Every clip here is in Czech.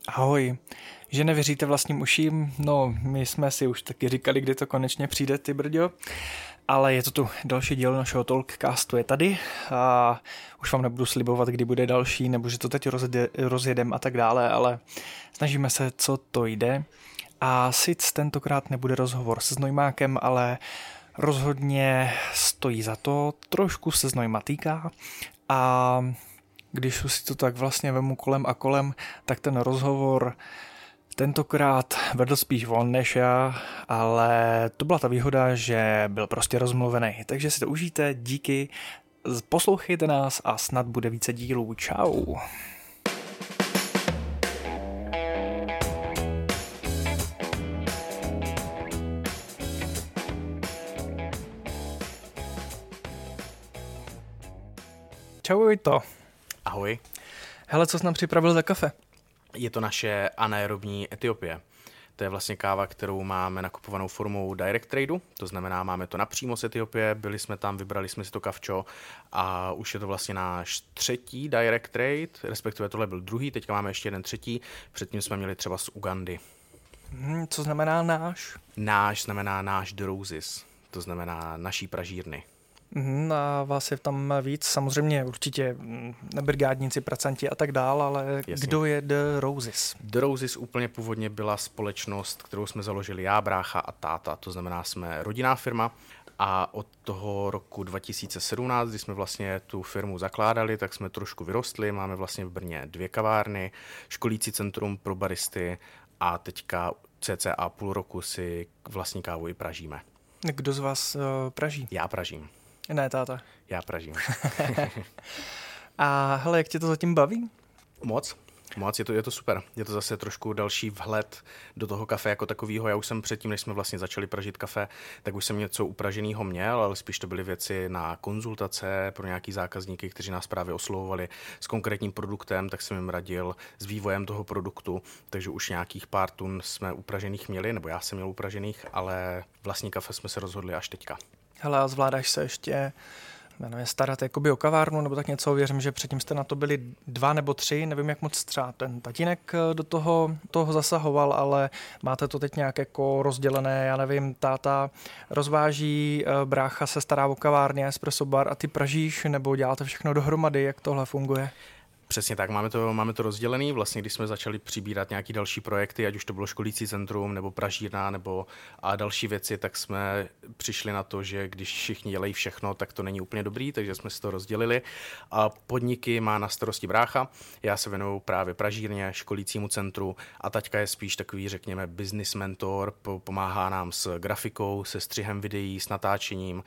Ahoj, že nevěříte vlastním uším? No, my jsme si už taky říkali, kdy to konečně přijde, ty brďo. Ale je to tu další díl našeho Talkcastu je tady a už vám nebudu slibovat, kdy bude další, nebo že to teď rozjedem a tak dále, ale snažíme se, co to jde. A sice tentokrát nebude rozhovor se Znojmákem, ale rozhodně stojí za to, trošku se Znojma týká a když už si to tak vlastně vemu kolem a kolem, tak ten rozhovor tentokrát vedl spíš on než já, ale to byla ta výhoda, že byl prostě rozmluvený. Takže si to užijte, díky, poslouchejte nás a snad bude více dílů. Čau. Čau Vojto. Ahoj. Hele, co jsi nám připravil za kafe? Je to naše anaerobní Etiopie. To je vlastně káva, kterou máme nakupovanou formou direct tradu, to znamená, máme to napřímo z Etiopie, byli jsme tam, vybrali jsme si to kavčo a už je to vlastně náš třetí direct trade, respektive tohle byl druhý, teďka máme ještě jeden třetí, předtím jsme měli třeba z Ugandy. Co znamená náš? Náš znamená náš The Roses, to znamená naší pražírny. A vás je tam víc, samozřejmě určitě brigádníci, pracanti a tak dál, ale jasně. Kdo je The Roses? The Roses úplně původně byla společnost, kterou jsme založili já, brácha a táta, to znamená, jsme rodinná firma a od toho roku 2017, kdy jsme vlastně tu firmu zakládali, tak jsme trošku vyrostli, máme vlastně v Brně 2 kavárny, školící centrum pro baristy a teďka cca půl roku si vlastní kávu i pražíme. Kdo z vás praží? Já pražím. Ne, táta. Já pražím. A hele, jak tě to zatím baví? Moc, je to super. Je to zase trošku další vhled do toho kafe jako takového. Já už jsem předtím, než jsme vlastně začali pražit kafe, tak už jsem něco upraženého měl, ale spíš to byly věci na konzultace pro nějaký zákazníky, kteří nás právě oslovovali s konkrétním produktem, tak jsem jim radil s vývojem toho produktu, takže už nějakých pár tun jsme upražených měli, nebo já jsem měl upražených, ale vlastní kafe jsme se rozhodli až teďka. Hele, a zvládáš se ještě starat jakoby o kavárnu nebo tak něco? Věřím, že předtím jste na to byli 2 nebo 3, nevím, jak moc třeba ten tatínek do toho zasahoval, ale máte to teď nějak jako rozdělené, já nevím, táta rozváží, brácha se stará o kavárně, espresso bar a ty pražíš, nebo děláte všechno dohromady, jak tohle funguje? Přesně tak, máme to rozdělený. Vlastně, když jsme začali přibírat nějaký další projekty, ať už to bylo školící centrum, nebo pražírna, nebo a další věci, tak jsme přišli na to, že když všichni dělají všechno, tak to není úplně dobrý, takže jsme si to rozdělili. A podniky má na starosti brácha, já se věnuju právě pražírně, školícímu centru a taťka je spíš takový, řekněme, business mentor, pomáhá nám s grafikou, se střihem videí, s natáčením,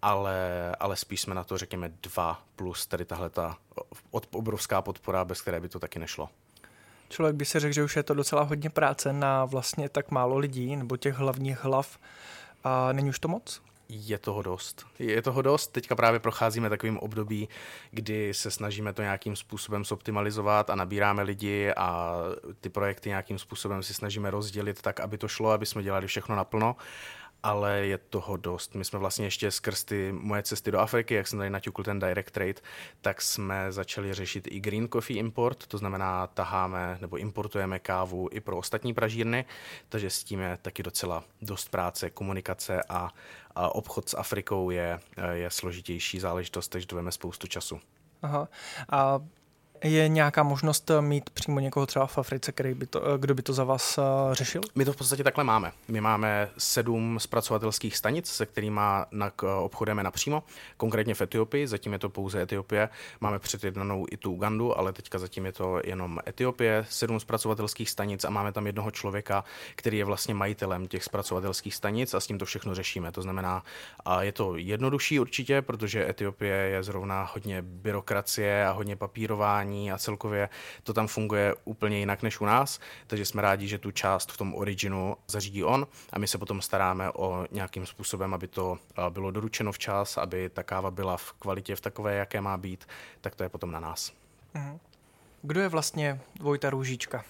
ale spíš jsme na to, řekněme, 2 plus tady tahleta obrovská podpora, bez které by to taky nešlo. Člověk by si řekl, že už je to docela hodně práce na vlastně tak málo lidí, nebo těch hlavních hlav. A není už to moc? Je toho dost. Teďka právě procházíme takovým období, kdy se snažíme to nějakým způsobem zoptimalizovat a nabíráme lidi a ty projekty nějakým způsobem si snažíme rozdělit tak, aby to šlo, aby jsme dělali všechno naplno. Ale je toho dost. My jsme vlastně ještě skrz ty moje cesty do Afriky, jak jsem tady naťukl ten direct trade, tak jsme začali řešit i green coffee import, to znamená taháme nebo importujeme kávu i pro ostatní pražírny, takže s tím je taky docela dost práce, komunikace a obchod s Afrikou je složitější záležitost, takže to veme spoustu času. Aha. A je nějaká možnost mít přímo někoho třeba v Africe, kdo by to za vás řešil? My to v podstatě takhle máme. My máme 7 zpracovatelských stanic, se kterými obchodujeme napřímo, konkrétně v Etiopii, zatím je to pouze Etiopie. Máme předjednanou i tu Ugandu, ale teďka zatím je to jenom Etiopie, 7 zpracovatelských stanic a máme tam jednoho člověka, který je vlastně majitelem těch zpracovatelských stanic a s tím to všechno řešíme. To znamená, je to jednodušší určitě, protože Etiopie je zrovna hodně byrokracie a hodně papírování a celkově to tam funguje úplně jinak než u nás, takže jsme rádi, že tu část v tom originu zařídí on a my se potom staráme o nějakým způsobem, aby to bylo doručeno včas, aby ta káva byla v kvalitě v takové, jaké má být, tak to je potom na nás. Kdo je vlastně Vojta Růžička?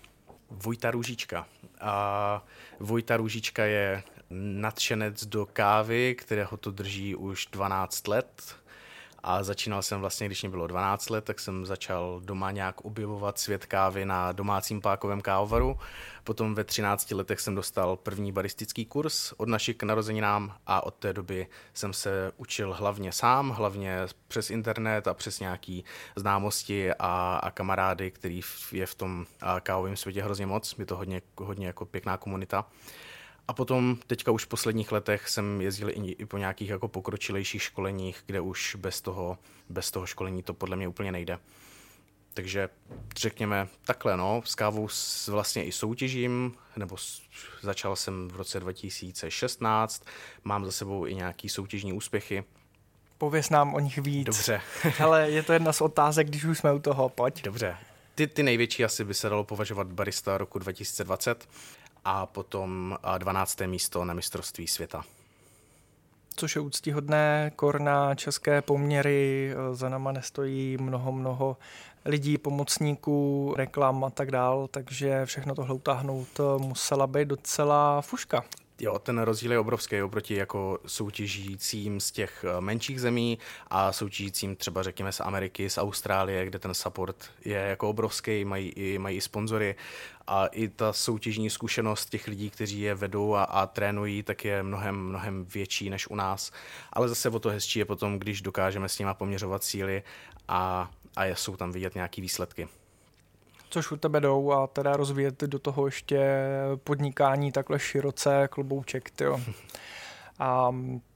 Vojta Růžička je nadšenec do kávy, kterého to drží už 12 let a začínal jsem vlastně, když mě bylo 12 let, tak jsem začal doma nějak objevovat svět kávy na domácím pákovém kávovaru. Potom ve 13 letech jsem dostal první baristický kurz od našich k narozeninám a od té doby jsem se učil hlavně sám, hlavně přes internet a přes nějaký známosti a kamarády, který je v tom kávovém světě hrozně moc. Je to hodně jako pěkná komunita. A potom teďka už v posledních letech jsem jezdil i po nějakých jako pokročilejších školeních, kde už bez toho školení to podle mě úplně nejde. Takže řekněme takhle, s kávou vlastně i soutěžím, nebo začal jsem v roce 2016, mám za sebou i nějaký soutěžní úspěchy. Pověz nám o nich víc. Dobře. Ale je to jedna z otázek, když už jsme u toho, pojď. Dobře. Ty největší asi by se dalo považovat barista roku 2020 a potom 12. místo na mistrovství světa. Což je úctíhodné, na české poměry, za náma nestojí mnoho lidí, pomocníků, reklam a tak dál, takže všechno tohle utáhnout musela být docela fuška. Jo, ten rozdíl je obrovský oproti jako soutěžícím z těch menších zemí a soutěžícím třeba řekněme z Ameriky, z Austrálie, kde ten support je jako obrovský, mají i sponzory a i ta soutěžní zkušenost těch lidí, kteří je vedou a trénují, tak je mnohem větší než u nás. Ale zase o to hezčí je potom, když dokážeme s nima poměřovat síly a jsou tam vidět nějaký výsledky. Což u tebe jdou a teda rozvíjet do toho ještě podnikání takhle široce, klobouček, tyjo. A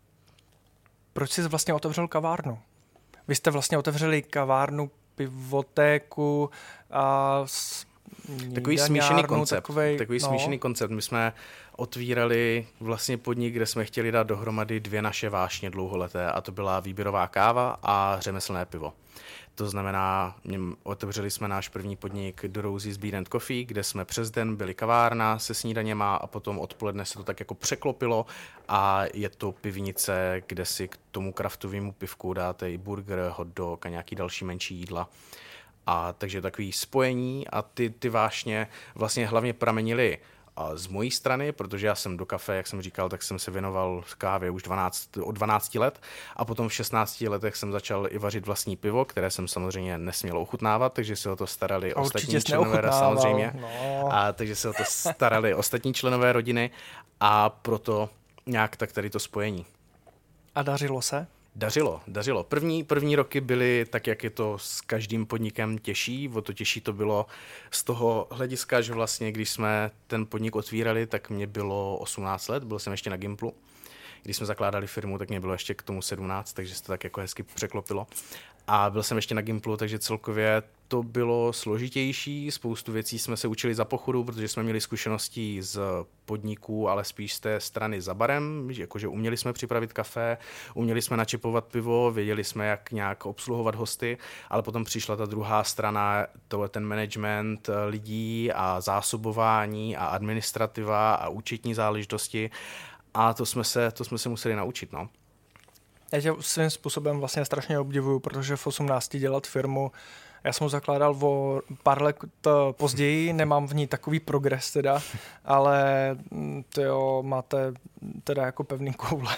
proč jsi vlastně otevřel kavárnu? Vy jste vlastně otevřeli kavárnu, pivotéku a takový smíšený koncept. Smíšený koncept. My jsme otvírali vlastně podnik, kde jsme chtěli dát dohromady dvě naše vášně dlouholeté a to byla výběrová káva a řemeslné pivo. To znamená, otevřeli jsme náš první podnik The Roses Beer and Coffee, kde jsme přes den byli kavárna se snídaněma a potom odpoledne se to tak jako překlopilo a je to pivnice, kde si k tomu kraftovému pivku dáte i burger, hot dog a nějaký další menší jídla. A takže takový spojení a ty vášně vlastně hlavně pramenily z mojí strany, protože já jsem do kafe, jak jsem říkal, tak jsem se věnoval kávě už od 12 let a potom v 16 letech jsem začal i vařit vlastní pivo, které jsem samozřejmě nesměl ochutnávat, takže se o to starali ostatní členové samozřejmě. No. A takže se o to starali ostatní členové rodiny a proto nějak tak tady to spojení. A dařilo se? Dařilo. První roky byly tak, jak je to s každým podnikem těžší. O to těžší to bylo z toho hlediska, že vlastně, když jsme ten podnik otvírali, tak mě bylo 18 let, byl jsem ještě na Gimplu. Když jsme zakládali firmu, tak mě bylo ještě k tomu 17, takže se to tak jako hezky překlopilo. A byl jsem ještě na Gimplu, takže celkově to bylo složitější. Spoustu věcí jsme se učili za pochodu, protože jsme měli zkušenosti z podniků, ale spíš z té strany za barem, jakože uměli jsme připravit kafe, uměli jsme načipovat pivo, věděli jsme, jak nějak obsluhovat hosty, ale potom přišla ta druhá strana, ten management lidí a zásobování a administrativa a účetní záležitosti a to jsme se museli naučit, no. Já tě svým způsobem vlastně strašně obdivuju, protože v 18 dělat firmu, já jsem ho zakládal o pár let později, nemám v ní takový progres teda, ale tyjo, máte teda jako pevný koule.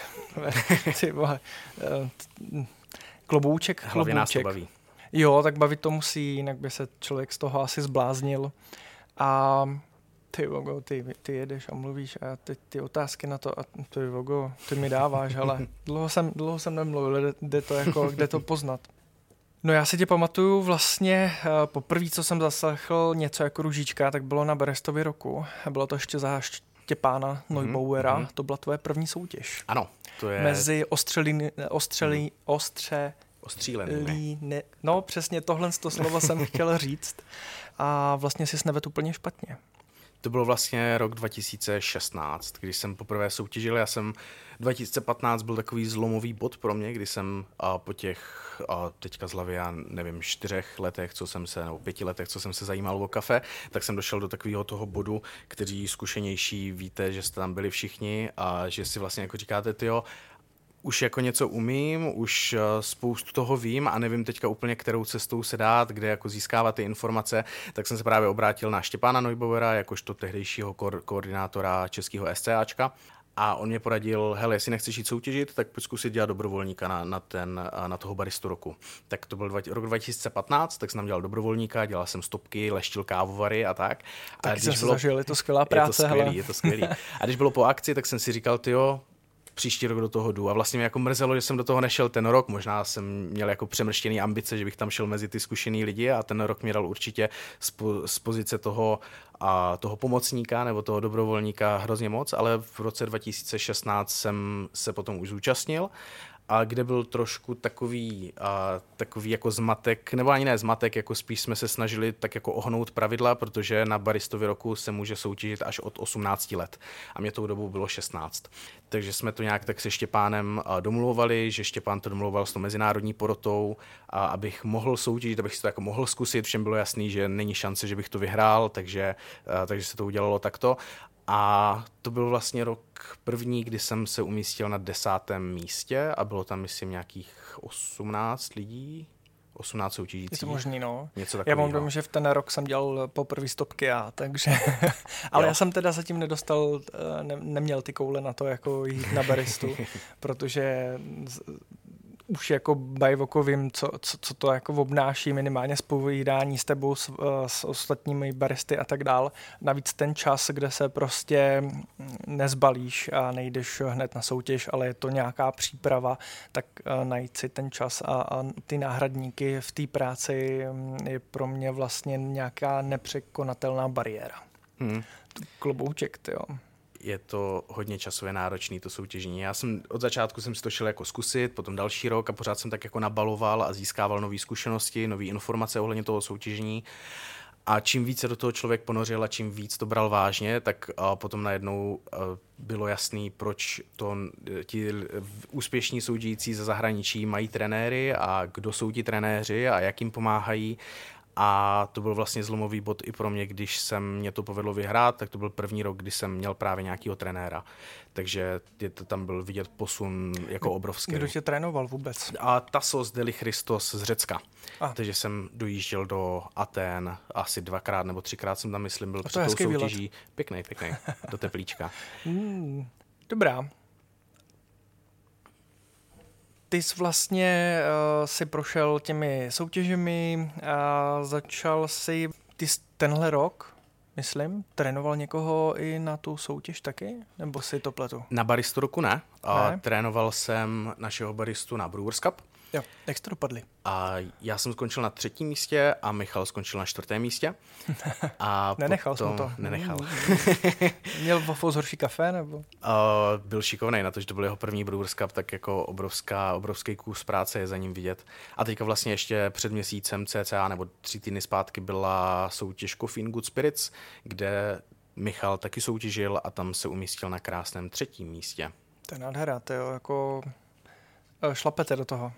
Klobouček. Hlavně nás to baví. Jo, tak bavit to musí, jinak by se člověk z toho asi zbláznil. A ty Vogo, ty jedeš a mluvíš a ty otázky na to a ty Vogo, ty mi dáváš, ale dlouho jsem nemluvil, jde to poznat. No já si tě pamatuju vlastně poprvé, co jsem zaslechl něco jako Růžička, tak bylo na Berestově roku. Bylo to ještě za Štěpána Neubauera, to byla tvoje první soutěž. Ano, to je... Mezi no přesně tohle slovo jsem chtěl říct a vlastně si nevedl úplně špatně. To bylo vlastně rok 2016, když jsem poprvé soutěžil. 2015 byl takový zlomový bod pro mě, kdy jsem po těch, teďka z hlavy, já nevím, 4 letech, nebo 5 letech, co jsem se zajímal o kafe, tak jsem došel do takového toho bodu, kteří zkušenější víte, že jste tam byli všichni a že si vlastně jako říkáte, tyjo, už jako něco umím, už spoustu toho vím a nevím teďka úplně, kterou cestou se dát, kde jako získávat ty informace, tak jsem se právě obrátil na Štěpána Neubauera, jakožto tehdejšího koordinátora českého SCAčka A on mě poradil, hele, jestli nechceš jít soutěžit, tak pojď zkusit dělat dobrovolníka na toho baristu roku. Tak to byl rok 2015, tak jsem tam dělal dobrovolníka, dělal jsem stopky, leštil kávovary a tak. Tak jsem se zažil, je to skvělá práce. Je to skvělý. A když bylo po akci, tak jsem si říkal, tyjo, příští rok do toho jdu. A vlastně mě jako mrzelo, že jsem do toho nešel ten rok. Možná jsem měl jako přemrštěný ambice, že bych tam šel mezi ty zkušený lidi a ten rok mě dal určitě z pozice toho pomocníka nebo toho dobrovolníka hrozně moc, ale v roce 2016 jsem se potom už zúčastnil a kde byl trošku takový jako zmatek, nebo ani ne zmatek, jako spíš jsme se snažili tak jako ohnout pravidla, protože na baristovi roku se může soutěžit až od 18 let a mě tou dobou bylo 16. Takže jsme to nějak tak se Štěpánem domluvali, že Štěpán to domluval s tou mezinárodní porotou, abych mohl soutěžit, abych si to jako mohl zkusit, všem bylo jasný, že není šance, že bych to vyhrál, takže se to udělalo takto. A to byl vlastně rok první, kdy jsem se umístil na 10. místě a bylo tam, myslím, nějakých 18 lidí, 18 soutěžících. Je to možný, no. Něco já mám dojem, že v ten rok jsem dělal poprvé stopky já, takže... Ale já jsem teda zatím nedostal, neměl ty koule na to, jako jít na baristu, protože už jako bajvoko vím, co to jako obnáší, minimálně zpovídání s tebou, s ostatními baristy a tak dál. Navíc ten čas, kde se prostě nezbalíš a nejdeš hned na soutěž, ale je to nějaká příprava, tak najít si ten čas a ty náhradníky v té práci je pro mě vlastně nějaká nepřekonatelná bariéra. Klobouček, tyjo. Je to hodně časově náročný, to soutěžení. Od začátku jsem si to šel jako zkusit, potom další rok a pořád jsem tak jako nabaloval a získával nové zkušenosti, nové informace ohledně toho soutěžení. A čím více do toho člověk ponořil a čím víc to bral vážně, tak potom najednou bylo jasný, proč to ti úspěšní soutějící ze zahraničí mají trenéry a kdo jsou ti trenéři a jak jim pomáhají. A to byl vlastně zlomový bod i pro mě, když mě to povedlo vyhrát, tak to byl první rok, kdy jsem měl právě nějakého trenéra. Takže tam byl vidět posun jako obrovský. Kdo tě trénoval vůbec? A Tassos Delichristos z Řecka. Takže jsem dojížděl do Athén asi 2x nebo 3x jsem tam, myslím, byl před tou soutěží. Výlet. Pěknej, do teplíčka. Dobrá. Ty jsi vlastně si prošel těmi soutěžemi a začal si, ty tenhle rok, myslím, trénoval někoho i na tu soutěž taky? Nebo si to pletu? Na baristu roku ne. Trénoval jsem našeho baristu na Brewers Cup. Jo, jak jste dopadli? A já jsem skončil na 3. místě a Michal skončil na 4. místě. A nenechal jsem to. Nenechal. Měl Vofous horší kafe, nebo? Byl šikovnej na to, že to byl jeho první Brewers Cup, tak jako obrovský kus práce je za ním vidět. A teďka vlastně ještě před měsícem cca nebo 3 týdny zpátky byla soutěž Coffee and Good Spirits, kde Michal taky soutěžil a tam se umístil na krásném 3. místě. To je nádhera, to jo, jako šlapete do toho.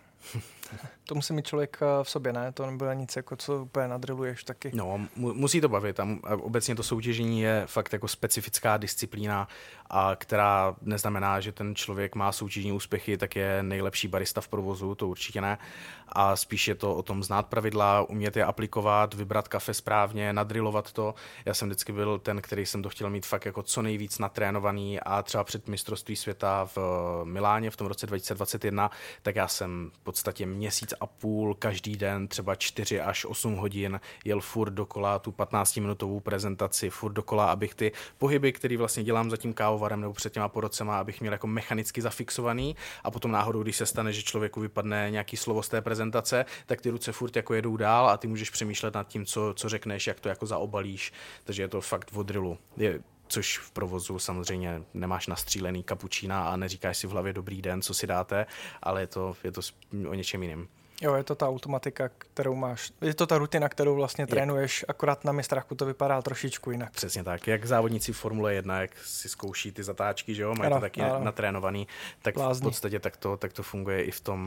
To musí mít člověk v sobě, ne? To nebude nic, jako co úplně nadriluješ taky. No, musí to bavit. A obecně to soutěžení je fakt jako specifická disciplína, která neznamená, že ten člověk má soutěžní úspěchy, tak je nejlepší barista v provozu, to určitě ne. A spíš je to o tom znát pravidla, umět je aplikovat, vybrat kafe správně, nadrilovat to. Já jsem vždycky byl ten, který jsem to chtěl mít fakt jako co nejvíc natrénovaný a třeba před mistrovství světa v Miláně v tom roce 2021, tak já jsem v podstatě měsíc a půl každý den, třeba 4 až 8 hodin jel furt dokola tu 15-minutovou prezentaci, furt dokola, abych ty pohyby, které vlastně dělám za tím kávovarem nebo před těma porocema, abych měl jako mechanicky zafixovaný a potom náhodou, když se stane, že člověku vypadne nějaký slovo z té prezentace, tak ty ruce furt jako jedou dál a ty můžeš přemýšlet nad tím, co řekneš, jak to jako zaobalíš, takže je to fakt v drilu. Což v provozu samozřejmě nemáš nastřílený kapučína a neříkáš si v hlavě dobrý den, co si dáte, ale je to o něčem jiném. Jo, je to ta automatika, kterou máš, je to ta rutina, kterou vlastně trénuješ, akorát na mistráku to vypadá trošičku jinak. Přesně tak, jak závodníci v Formule 1, jak si zkouší ty zatáčky, že jo, mají to taky natrénovaný, tak v podstatě tak to funguje i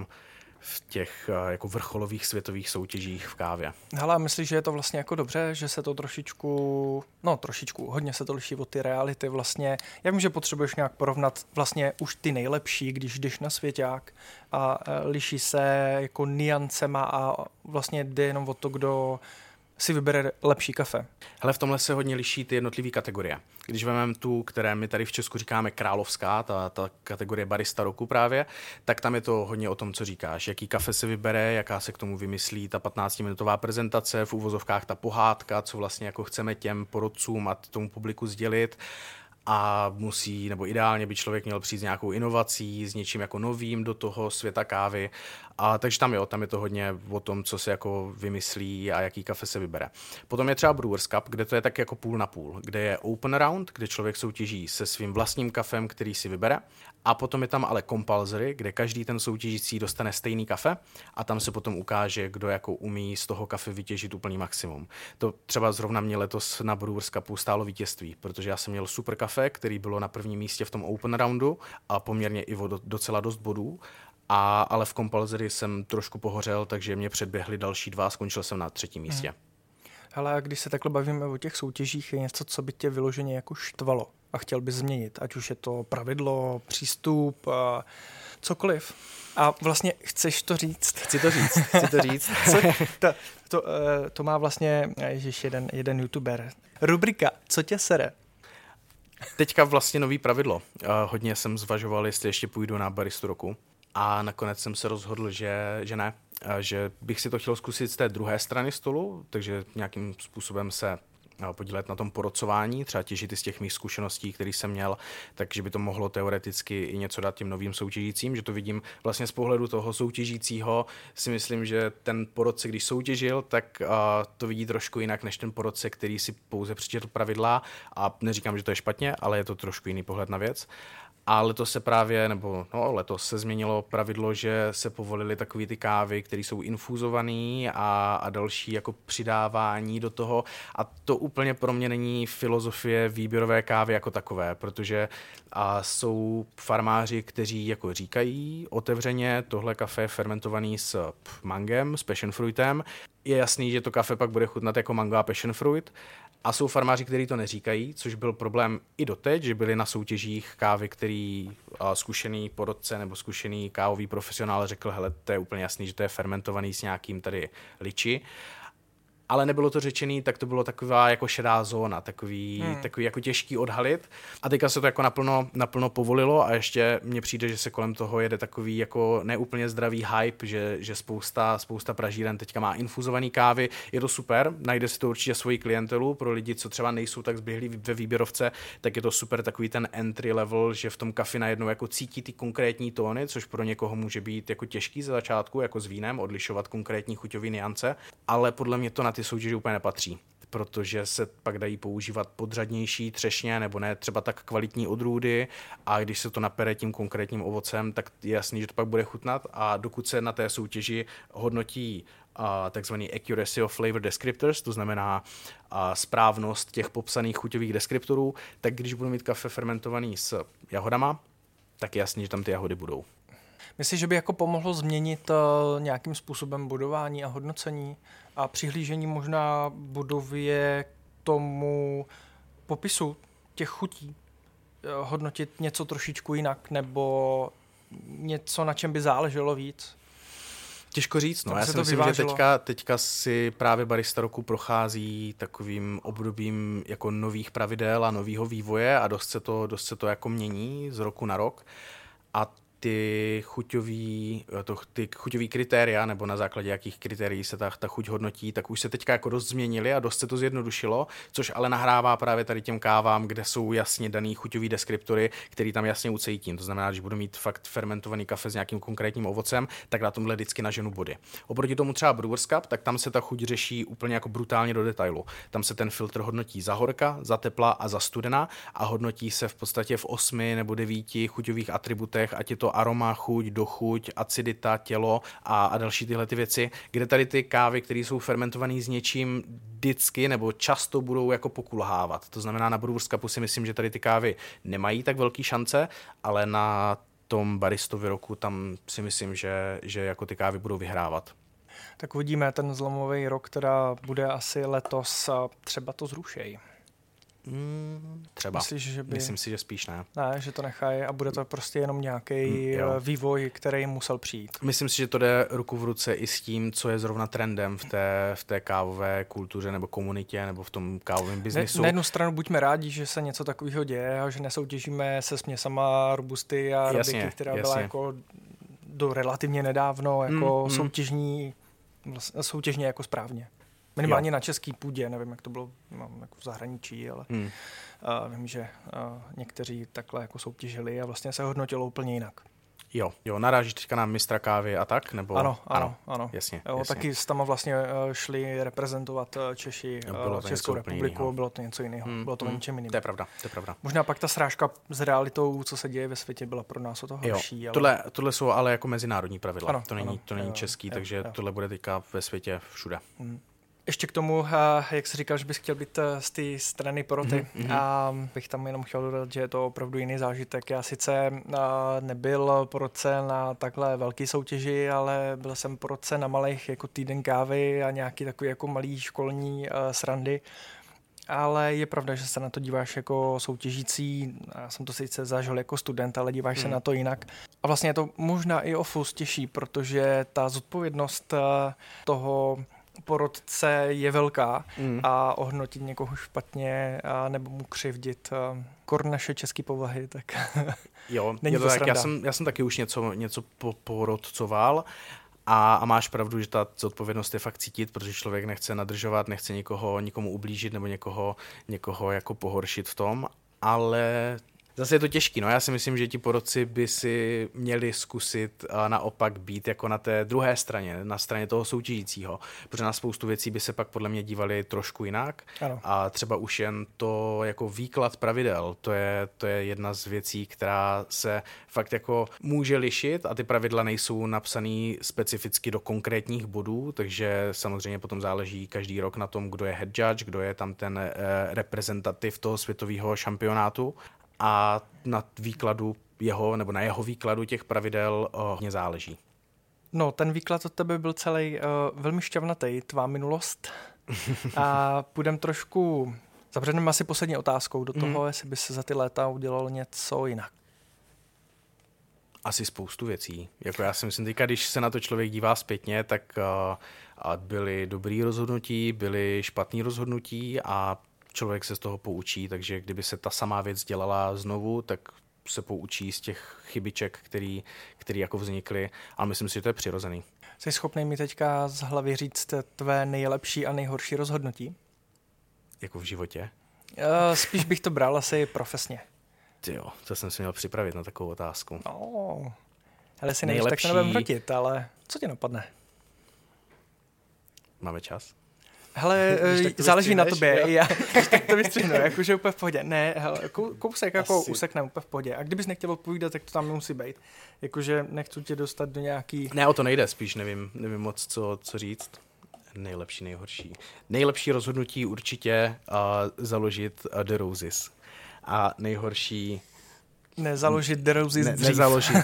v těch jako vrcholových světových soutěžích v kávě. Hele, myslíš, že je to vlastně jako dobře, že se to trošičku, hodně se to liší od ty reality vlastně. Já vím, že potřebuješ nějak porovnat vlastně už ty nejlepší, když jdeš na svěťák a liší se jako niancema a vlastně jde jenom o to, kdo si vybere lepší kafe? Hele, v tomhle se hodně liší ty jednotlivé kategorie. Když vezmeme tu, které my tady v Česku říkáme královská, ta kategorie barista roku právě, tak tam je to hodně o tom, co říkáš. Jaký kafe se vybere, jaká se k tomu vymyslí ta 15-minutová prezentace, v uvozovkách ta pohádka, co vlastně jako chceme těm porodcům a tomu publiku sdělit. A musí, nebo ideálně by člověk měl přijít s nějakou inovací, s něčím jako novým do toho světa kávy. A takže tam je to hodně o tom, co se jako vymyslí a jaký kafe se vybere. Potom je třeba Brewers Cup, kde to je tak jako půl na půl, kde je open round, kde člověk soutěží se svým vlastním kafem, který si vybere. A potom je tam ale compulsory, kde každý ten soutěžící dostane stejný kafe a tam se potom ukáže, kdo jako umí z toho kafe vytěžit úplný maximum. To třeba zrovna mě letos na Brewers Cupu stálo vítězství, protože já jsem měl super kafe, který bylo na prvním místě v tom open roundu a poměrně i docela dost bodů. Ale v compulsory jsem trošku pohořel, takže mě předběhli další 2 a skončil jsem na 3. místě. Hele, a když se takhle bavíme o těch soutěžích, je něco, co by tě vyloženě jako štvalo a chtěl bys změnit, ať už je to pravidlo, přístup, cokoliv. A vlastně chceš to říct? Chci to říct. To má vlastně jeden youtuber. Rubrika Co tě sere? Teďka vlastně nový pravidlo. Hodně jsem zvažoval, jestli ještě půjdu na baristu roku. A nakonec jsem se rozhodl, že ne, že bych si to chtěl zkusit z té druhé strany stolu, takže nějakým způsobem se podílet na tom porocování, třeba těžit i z těch mých zkušeností, které jsem měl, takže by to mohlo teoreticky i něco dát těm novým soutěžícím, že to vidím vlastně z pohledu toho soutěžícího, si myslím, že ten porodce, když soutěžil, tak to vidí trošku jinak než ten porodce, který si pouze přečetl pravidla a neříkám, že to je špatně, ale je to trošku jiný pohled na věc. A letos se změnilo pravidlo, že se povolily takové ty kávy, které jsou infuzované a další jako přidávání do toho. A to úplně pro mě není filozofie výběrové kávy jako takové, protože jsou farmáři, kteří jako říkají otevřeně, tohle kafe je fermentovaný s mangem, s passion fruitem. Je jasný, že to kafe pak bude chutnat jako mango a passion fruit. A jsou farmáři, kteří to neříkají, což byl problém i doteď, že byli na soutěžích kávy, který zkušený porodce nebo zkušený kávový profesionál řekl, hele, to je úplně jasný, že to je fermentovaný s nějakým tady liči. Ale nebylo to řečený, tak to bylo taková jako šedá zóna, takový jako těžký odhalit. A teďka se to jako naplno povolilo a ještě mně přijde, že se kolem toho jede takový jako neúplně zdravý hype, že spousta pražíren teďka má infuzovaný kávy. Je to super, najde si to určitě svoji klientelu, pro lidi, co třeba nejsou tak zběhlí ve výběrovce, tak je to super takový ten entry level, že v tom kafi najednou jako cítí ty konkrétní tóny, což pro někoho může být jako těžký ze začátku, jako s vínem, odlišovat konkrétní chuťové nuance, ale podle mě to na ty soutěže úplně nepatří, protože se pak dají používat podřadnější třešně nebo ne třeba tak kvalitní odrůdy a když se to napere tím konkrétním ovocem, tak je jasný, že to pak bude chutnat a dokud se na té soutěži hodnotí takzvaný accuracy of flavor descriptors, to znamená správnost těch popsaných chuťových deskriptorů, tak když budu mít kafe fermentovaný s jahodama, tak je jasný, že tam ty jahody budou. Myslíš, že by jako pomohlo změnit nějakým způsobem budování a hodnocení a přihlížení možná budově tomu popisu těch chutí? Hodnotit něco trošičku jinak nebo něco, na čem by záleželo víc? Těžko říct, no. Já si myslím, že teďka si právě barista roku prochází takovým obdobím jako nových pravidel a nového vývoje a dost se to jako mění z roku na rok a ty chuťový kritéria, nebo na základě jakých kritérií se ta chuť hodnotí, tak už se teďka jako dost změnily a dost se to zjednodušilo, což ale nahrává právě tady těm kávám, kde jsou jasně daný chuťový deskriptory, který tam jasně ucítím. To znamená, že budu mít fakt fermentovaný kafe s nějakým konkrétním ovocem, tak na tomhle vždycky naženu body. Oproti tomu třeba Brewers Cup, tak tam se ta chuť řeší úplně jako brutálně do detailu. Tam se ten filtr hodnotí za horka, za tepla a za studena a hodnotí se v podstatě v 8 nebo 9 chuťových atributech, ať je to aroma, chuť, dochuť, acidita, tělo a další tyhle ty věci, kde tady ty kávy, které jsou fermentované s něčím vždycky nebo často budou jako pokulhávat. To znamená, na Brewers Cupu si myslím, že tady ty kávy nemají tak velký šance, ale na tom baristovi roku tam si myslím, že jako ty kávy budou vyhrávat. Tak uvidíme ten zlomový rok, která bude asi letos, třeba to zrušej. Třeba. Myslíš, že by... Myslím si, že spíš ne. Ne, že to nechají a bude to prostě jenom nějaký vývoj, který musel přijít. Myslím si, že to jde ruku v ruce i s tím, co je zrovna trendem v té kávové kultuře nebo komunitě nebo v tom kávovém biznisu. Na jednu stranu buďme rádi, že se něco takového děje a že nesoutěžíme se směsama robusty a arabiky, která byla jako do relativně nedávno jako soutěžně jako správně. Minimálně na český půdě, nevím, jak to bylo jako v zahraničí, ale vím, že někteří takhle jako soutěžili a vlastně se hodnotilo úplně jinak. Jo, narážíš teďka na mistra kávy a tak? Nebo... Ano. Jasně. Taky tam vlastně šli reprezentovat Češi Českou republiku, bylo to něco jiného, bylo to o něčem jiným. To je pravda. Možná pak ta srážka s realitou, co se děje ve světě, byla pro nás o to horší. Tohle jsou ale jako mezinárodní pravidla, to není český, takže tohle bude teďka ve světě všude. Ještě k tomu, jak jsi říkal, že bys chtěl být z té strany poroty a bych tam jenom chtěl dodat, že je to opravdu jiný zážitek. Já sice nebyl porotce na takhle velký soutěži, ale byl jsem porotce na malých jako týden kávy a nějaký takový jako malý školní srandy. Ale je pravda, že se na to díváš jako soutěžící. Já jsem to sice zažil jako student, ale díváš se na to jinak. A vlastně je to možná i o fus těžší, protože ta zodpovědnost toho porotce je velká a ohodnotit někoho špatně a nebo mu křivdit kor naše české povahy, tak není to tak. Já jsem taky už něco porotcoval a máš pravdu, že ta zodpovědnost je fakt cítit, protože člověk nechce nadržovat, nechce nikomu ublížit nebo někoho jako pohoršit v tom, ale zase je to těžký, no já si myslím, že ti porotci by si měli zkusit naopak být jako na té druhé straně, na straně toho soutěžícího, protože na spoustu věcí by se pak podle mě dívali trošku jinak. Ano. A třeba už jen to jako výklad pravidel, to je jedna z věcí, která se fakt jako může lišit a ty pravidla nejsou napsaný specificky do konkrétních bodů, takže samozřejmě potom záleží každý rok na tom, kdo je head judge, kdo je tam ten reprezentativ toho světového šampionátu. A na jeho výkladu těch pravidel hodně záleží. No, ten výklad od tebe byl celý velmi šťavnatý, tvá minulost. A půjdeme trošku, zavřeneme asi poslední otázkou do toho, jestli by se za ty léta udělalo něco jinak. Asi spoustu věcí. Jako já si myslím, teďka, když se na to člověk dívá zpětně, tak byly dobrý rozhodnutí, byly špatný rozhodnutí a člověk se z toho poučí, takže kdyby se ta samá věc dělala znovu, tak se poučí z těch chybiček, který jako vznikly, ale myslím si, že to je přirozený. Jsi schopný mi teďka z hlavy říct tvé nejlepší a nejhorší rozhodnutí? Jako v životě? Spíš bych to bral asi profesně. Jo, to jsem si měl připravit na takovou otázku. No, ale si nevíš, tak se nebudem hrotit, ale co ti napadne? Máme čas? Hele, záleží na tobě. Já tak to vystřihnu, jakože úplně v pohodě. Ne, hele, kousek jako usekne úplně v pohodě. A kdybys nechtěl odpovídat, tak to tam musí být. Jakože nechci tě dostat do nějaký... Ne, o to nejde, spíš nevím moc, co říct. Nejlepší, nejhorší. Nejlepší rozhodnutí určitě založit The Roses. A nejhorší... Nezaložit The Roses dřív. Nezaložit.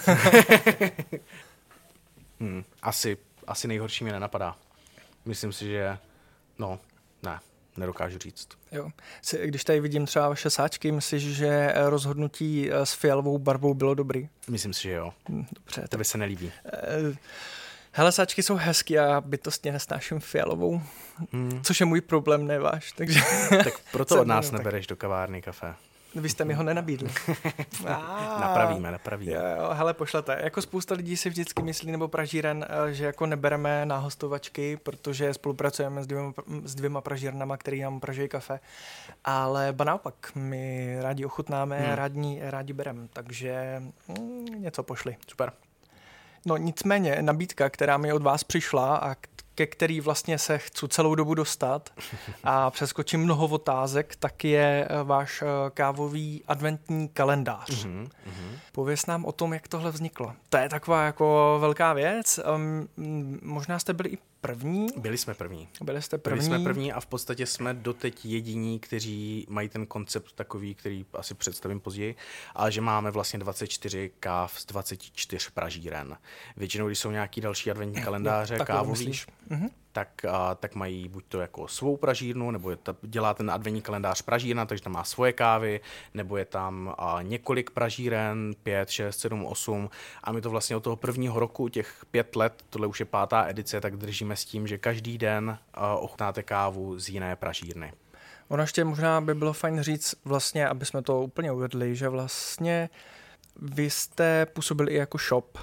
Asi nejhorší mi nenapadá. Myslím si, že... No, ne, nedokážu říct. Jo. Když tady vidím třeba vaše sáčky, myslíš, že rozhodnutí s fialovou barvou bylo dobrý? Myslím si, že jo. Dobře. Tebe se nelíbí. Hele, sáčky jsou hezky a bytostně nesnáším fialovou, což je můj problém, ne váš. Takže tak proto od nás nebereš do kavárny kafe. Vy jste mi ho nenabídli. Napravíme. Jo, hele, pošlete. Jako spousta lidí si vždycky myslí, nebo pražíren, že jako nebereme na hostovačky, protože spolupracujeme s dvěma pražírnama, který nám praží kafe. Ale naopak, my rádi ochutnáme, rádi bereme, takže něco pošli. Super. No nicméně, nabídka, která mi od vás přišla a ke který vlastně se chci celou dobu dostat a přeskočím mnoho otázek, tak je váš kávový adventní kalendář. Pověz nám o tom, jak tohle vzniklo. To je taková jako velká věc. Možná jste byli i první? Byli jsme první. Byli jste první a v podstatě jsme doteď jediní, kteří mají ten koncept takový, který asi představím později, ale že máme vlastně 24 káv z 24 pražíren. Většinou, když jsou nějaký další adventní kalendáře kávový, tak mají buď to jako svou pražírnu, nebo dělá ten adventní kalendář pražírna, takže tam má svoje kávy, nebo je tam několik pražíren, 5, 6, 7, 8 a my to vlastně od toho prvního roku, těch 5 let, tohle už je 5. edice, tak držíme s tím, že každý den ochutnáte kávu z jiné pražírny. Ono ještě možná by bylo fajn říct vlastně, aby jsme to úplně uvedli, že vlastně vy jste působili i jako shop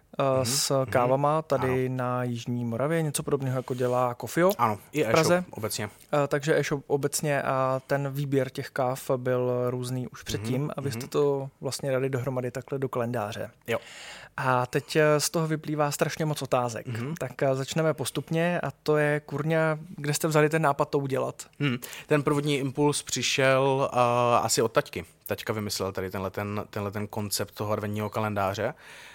s kávama tady na Jižní Moravě, něco podobného jako dělá Coffeo. Ano, i e-shop obecně. Takže e-shop obecně a ten výběr těch káv byl různý už předtím a vy jste to vlastně dali dohromady takhle do kalendáře. Jo. A teď z toho vyplývá strašně moc otázek. Tak začneme postupně a to je, kurňa, kde jste vzali ten nápad to udělat? Ten prvotní impuls přišel asi od taťky. Taťka vymyslel tady tenhle koncept toho adventního kalendáře.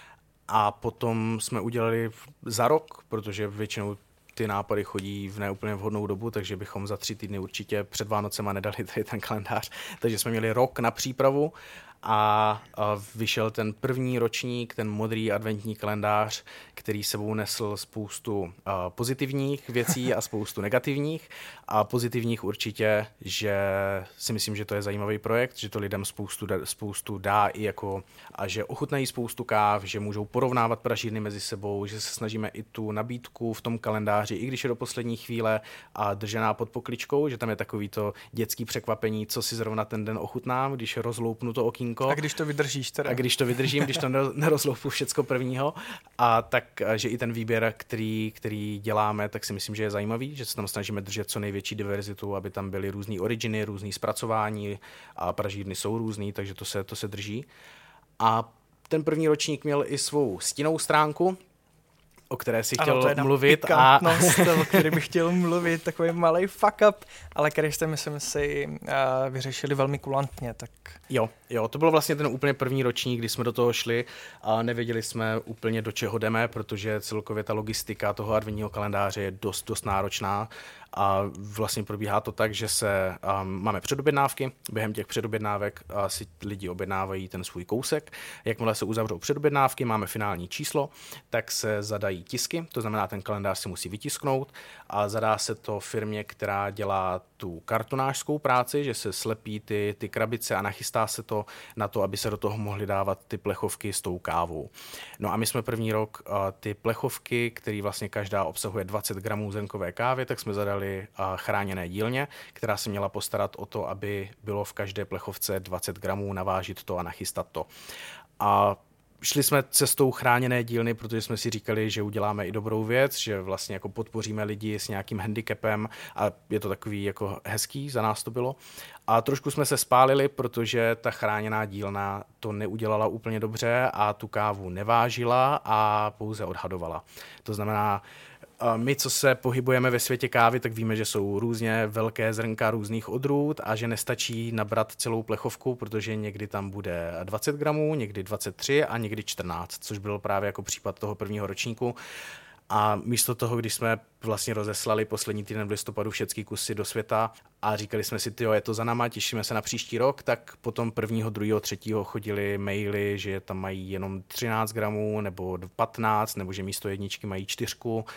A potom jsme udělali za rok, protože většinou ty nápady chodí v neúplně vhodnou dobu, takže bychom za 3 týdny určitě před Vánocema nedali tady ten kalendář. Takže jsme měli rok na přípravu a vyšel ten první ročník, ten modrý adventní kalendář, který sebou nesl spoustu pozitivních věcí a spoustu negativních. A pozitivních určitě, že si myslím, že to je zajímavý projekt, že to lidem spoustu dá i jako, a že ochutnají spoustu káv, že můžou porovnávat pražírny mezi sebou, že se snažíme i tu nabídku v tom kalendáři, i když je do poslední chvíle a držená pod pokličkou, že tam je takový to dětský překvapení, co si zrovna ten den ochutnám, když rozloupnu to okýnko. A když to vydržíš teda. A když to vydržím, když to nerozloupu všecko prvního. A tak, že i ten výběr, který děláme, tak si myslím, že je zajímavý, že se tam snažíme držet co největší diverzitu, aby tam byly různý originy, různý zpracování a pražírny jsou různý, takže to se drží. A ten první ročník měl i svou stinnou stránku, o které si chtěl mluvit. O které bych chtěl mluvit, takový malej fuck up, ale který jste, myslím si, vyřešili velmi kulantně. Tak... Jo, to byl vlastně ten úplně první ročník, kdy jsme do toho šli a nevěděli jsme úplně do čeho jdeme, protože celkově ta logistika toho adventního kalendáře je dost náročná. A vlastně probíhá to tak, že máme předobjednávky, během těch předobjednávek si lidi objednávají ten svůj kousek. Jakmile se uzavřou předobjednávky, máme finální číslo, tak se zadají tisky, to znamená, ten kalendář se musí vytisknout a zadá se to firmě, která dělá tu kartonářskou práci, že se slepí ty krabice a nachystá se to na to, aby se do toho mohly dávat ty plechovky s tou kávou. No a my jsme první rok ty plechovky, který vlastně každá obsahuje 20 gramů zrnkové kávy, tak jsme zadali chráněné dílně, která se měla postarat o to, aby bylo v každé plechovce 20 gramů, navážit to a nachystat to. A šli jsme cestou chráněné dílny, protože jsme si říkali, že uděláme i dobrou věc, že vlastně jako podpoříme lidi s nějakým handicapem a je to takový jako hezký, za nás to bylo. A trošku jsme se spálili, protože ta chráněná dílna to neudělala úplně dobře a tu kávu nevážila a pouze odhadovala. To znamená, my, co se pohybujeme ve světě kávy, tak víme, že jsou různě velké zrnka různých odrůd a že nestačí nabrat celou plechovku, protože někdy tam bude 20 gramů, někdy 23 a někdy 14, což byl právě jako případ toho prvního ročníku. A místo toho, když jsme vlastně rozeslali poslední týden v listopadu všechny kusy do světa a říkali jsme si, je to za náma, těšíme se na příští rok, tak potom 1., 2., 3. chodili maily, že tam mají jenom 13 gramů nebo 15, nebo že místo 1 mají 4.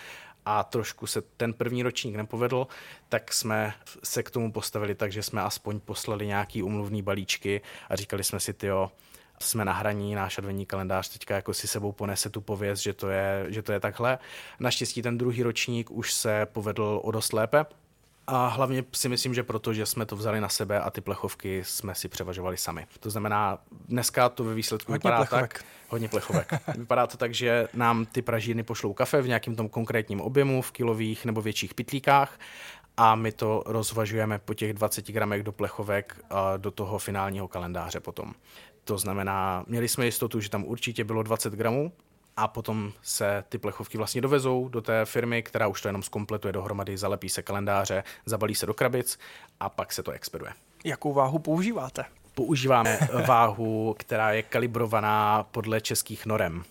A trošku se ten první ročník nepovedl, tak jsme se k tomu postavili tak, že jsme aspoň poslali nějaký umluvný balíčky a říkali jsme si, jsme na hraní, náš adventní kalendář teďka jako si sebou ponese tu pověst, že to je takhle. Naštěstí ten druhý ročník už se povedl o dost lépe. A hlavně si myslím, že proto, že jsme to vzali na sebe a ty plechovky jsme si převažovali sami. To znamená, dneska to ve výsledku vypadá tak. Hodně plechovek. Vypadá to tak, že nám ty pražírny pošlou kafe v nějakém tom konkrétním objemu, v kilových nebo větších pytlíkách a my to rozvažujeme po těch 20 gramech do plechovek do toho finálního kalendáře potom. To znamená, měli jsme jistotu, že tam určitě bylo 20 gramů, a potom se ty plechovky vlastně dovezou do té firmy, která už to jenom zkompletuje dohromady, zalepí se kalendáře, zabalí se do krabic a pak se to expeduje. Jakou váhu používáte? Používáme váhu, která je kalibrovaná podle českých norem.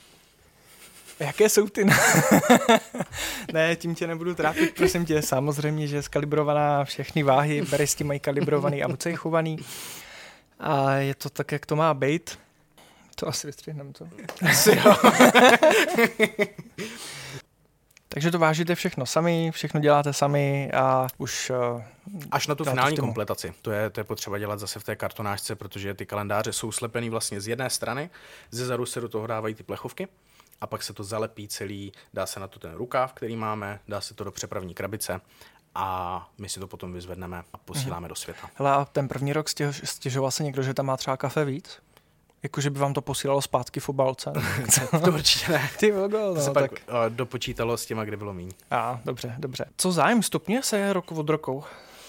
Jaké jsou ty? Ne, tím tě nebudu trápit, prosím tě. Samozřejmě, že je skalibrovaná všechny váhy, baristi mají kalibrovaný a ucejchovaný. A je to tak, jak to má být. To asi vystřihneme, co? Asi jo. Takže to vážíte všechno sami, všechno děláte sami a už... Až na tu finální kompletaci. To je potřeba dělat zase v té kartonážce, protože ty kalendáře jsou slepený vlastně z jedné strany, ze zadu se do toho dávají ty plechovky a pak se to zalepí celý, dá se na to ten rukáv, který máme, dá se to do přepravní krabice a my si to potom vyzvedneme a posíláme do světa. Hele, a ten první rok stěžoval se někdo, že tam má třeba kafe víc? Jakože by vám to posílalo zpátky v obálce? To určitě ne. Ty vogo, to se pak dopočítalo s těma, kde bylo míň. Dobře. Co zájem stupňuje se rok od roku?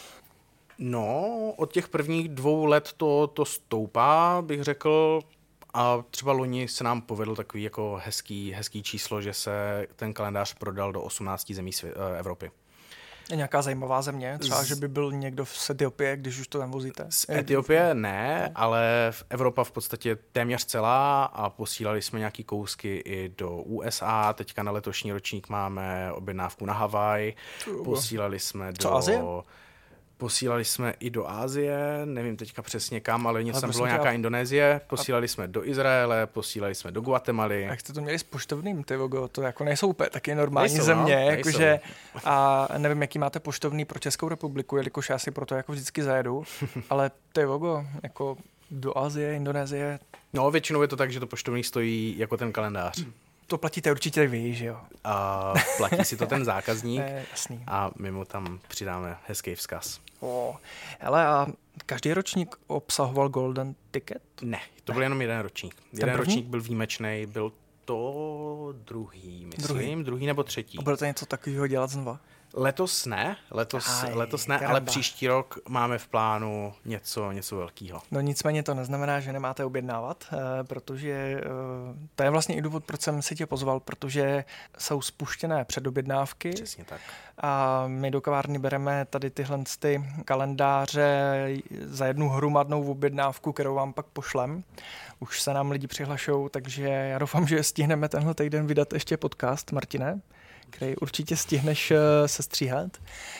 No, od těch prvních 2 let to stoupá, bych řekl, a třeba loni se nám povedlo takový jako hezký číslo, že se ten kalendář prodal do 18 zemí Evropy. Je nějaká zajímavá země? Třeba, že by byl někdo z Etiopie, když už to tam vozíte? Z Etiopie ne, ale Evropa v podstatě téměř celá a posílali jsme nějaký kousky i do USA. Teďka na letošní ročník máme objednávku na Havaj. Posílali jsme do... Azie? Posílali jsme i do Asie, nevím teďka přesně kam, ale něco tam bylo nějaká Indonésie, posílali jsme do Izraele, posílali jsme do Guatemaly. Jak jste to měli s poštovným, ty vogo, to jako nejsou úplně taky normální země, jakože, a nevím, jaký máte poštovný pro Českou republiku, jelikož já si proto jako vždycky zajedu, ale ty vogo, jako do Asie, Indonésie. No, většinou je to tak, že to poštovní stojí jako ten kalendář. To platíte určitě vy, že jo? A platí si to ten zákazník jasný. A my mu tam přidáme hezký vzkaz. Hele, a každý ročník obsahoval Golden Ticket? Ne, to byl jenom jeden ročník. Jeden ročník byl výjimečný, byl to druhý, myslím, druhý nebo třetí. A budete něco takového dělat znova? Letos ne, ale příští rok máme v plánu něco velkého. No nicméně to neznamená, že nemáte objednávat, protože to je vlastně i důvod, proč jsem si tě pozval, protože jsou spuštěné předobjednávky. Přesně tak. A my do kavárny bereme tady tyhle kalendáře za jednu hromadnou objednávku, kterou vám pak pošlem. Už se nám lidi přihlašou, takže já doufám, že stihneme tenhle týden vydat ještě podcast, Martine, který určitě stihneš sestříhat.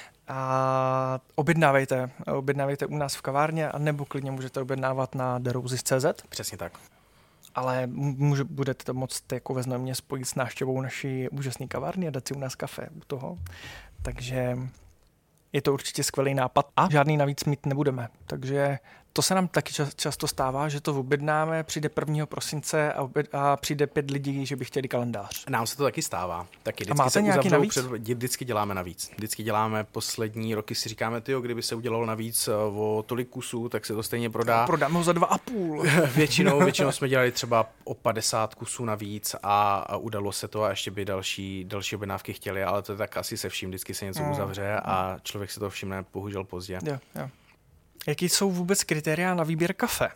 A objednávejte u nás v kavárně, a nebo klidně můžete objednávat na theroses.cz. Přesně tak. Ale budete to moct jako veznamně spojit s návštěvou naší úžasné kavárny a dát si u nás kafe u toho. Takže je to určitě skvělý nápad a žádný navíc mít nebudeme. Takže to se nám taky často stává, že to objednáme, přijde 1. prosince a přijde 5 lidí, že by chtěli kalendář. Nám se to taky stává. Taky a máte nějaký navíc? Vždycky děláme navíc. Vždycky děláme poslední roky, si říkáme, kdyby se udělalo navíc o tolik kusů, tak se to stejně prodá. Prodáme ho za 2,5. Většinou jsme dělali třeba o 50 kusů navíc a udalo se to a ještě by další objednávky chtěli, ale to je tak asi se vším, vždycky se něco uzavře a člověk si to všimne bohužel pozdě. Jo. Jaký jsou vůbec kritéria na výběr kafe?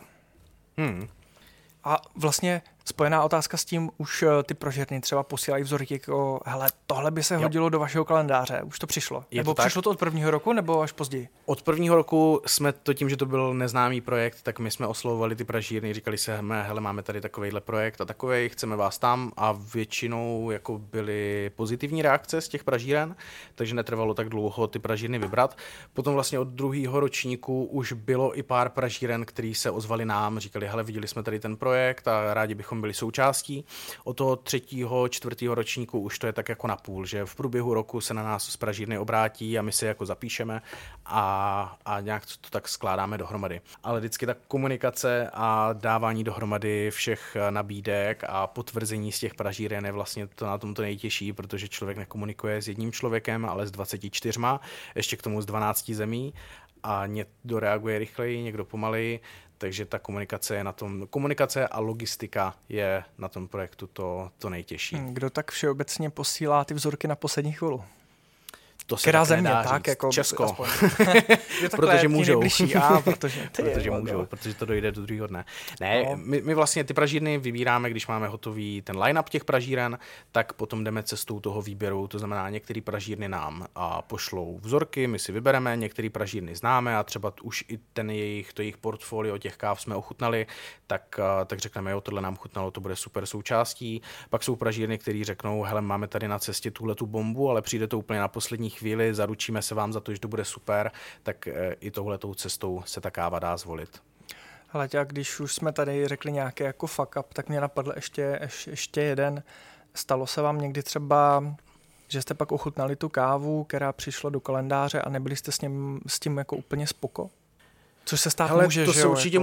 A vlastně spojená otázka s tím, už ty prožerny třeba posílají vzorky jako, hele, tohle by se hodilo do vašeho kalendáře. Už to přišlo. Nebo přišlo to od 1. roku, nebo až později? Od 1. roku jsme to tím, že to byl neznámý projekt, tak my jsme oslovovali ty pražírny, říkali se, hele, máme tady takovejhle projekt a takovej, chceme vás tam, a většinou jako byly pozitivní reakce z těch pražíren, takže netrvalo tak dlouho ty pražírny vybrat. Potom vlastně od 2. ročníku už bylo i pár pražíren, který se ozvali nám, říkali, hele, viděli jsme tady ten projekt a rádi bychom byli součástí. Od toho 3., 4. ročníku už to je tak jako na půl, že v průběhu roku se na nás z pražírny obrátí a my si jako zapíšeme a nějak to tak skládáme dohromady. Ale vždycky ta komunikace a dávání dohromady všech nabídek a potvrzení z těch pražíren je vlastně to na tom to nejtěžší, protože člověk nekomunikuje s jedním člověkem, ale s 24, ještě k tomu z 12 zemí a někdo reaguje rychleji, někdo pomaleji. Takže ta komunikace a logistika je na tom projektu to nejtěžší. Kdo tak všeobecně posílá ty vzorky na poslední chvíli? To se která země, tak jako Česko. Protože můžou. Protože to dojde do druhého dne. Ne, no. my vlastně ty pražírny vybíráme, když máme hotový ten line-up těch pražíren, tak potom jdeme cestou toho výběru, to znamená, některé pražírny nám pošlou vzorky, my si vybereme, některé pražírny známe a třeba už i to jejich portfolio těch káv jsme ochutnali, tak řekneme, jo, tohle nám chutnalo, to bude super součástí. Pak jsou pražírny, které řeknou, hele, máme tady na cestě tuhletu bombu, ale přijde to úplně na poslední chvíli, zaručíme se vám za to, že to bude super, tak i touhletou cestou se ta káva dá zvolit. Ale když už jsme tady řekli nějaký jako fuck up, tak mě napadl ještě jeden. Stalo se vám někdy třeba, že jste pak ochutnali tu kávu, která přišla do kalendáře a nebyli jste s tím jako úplně spoko? Což se stát může, to že se jo, určitě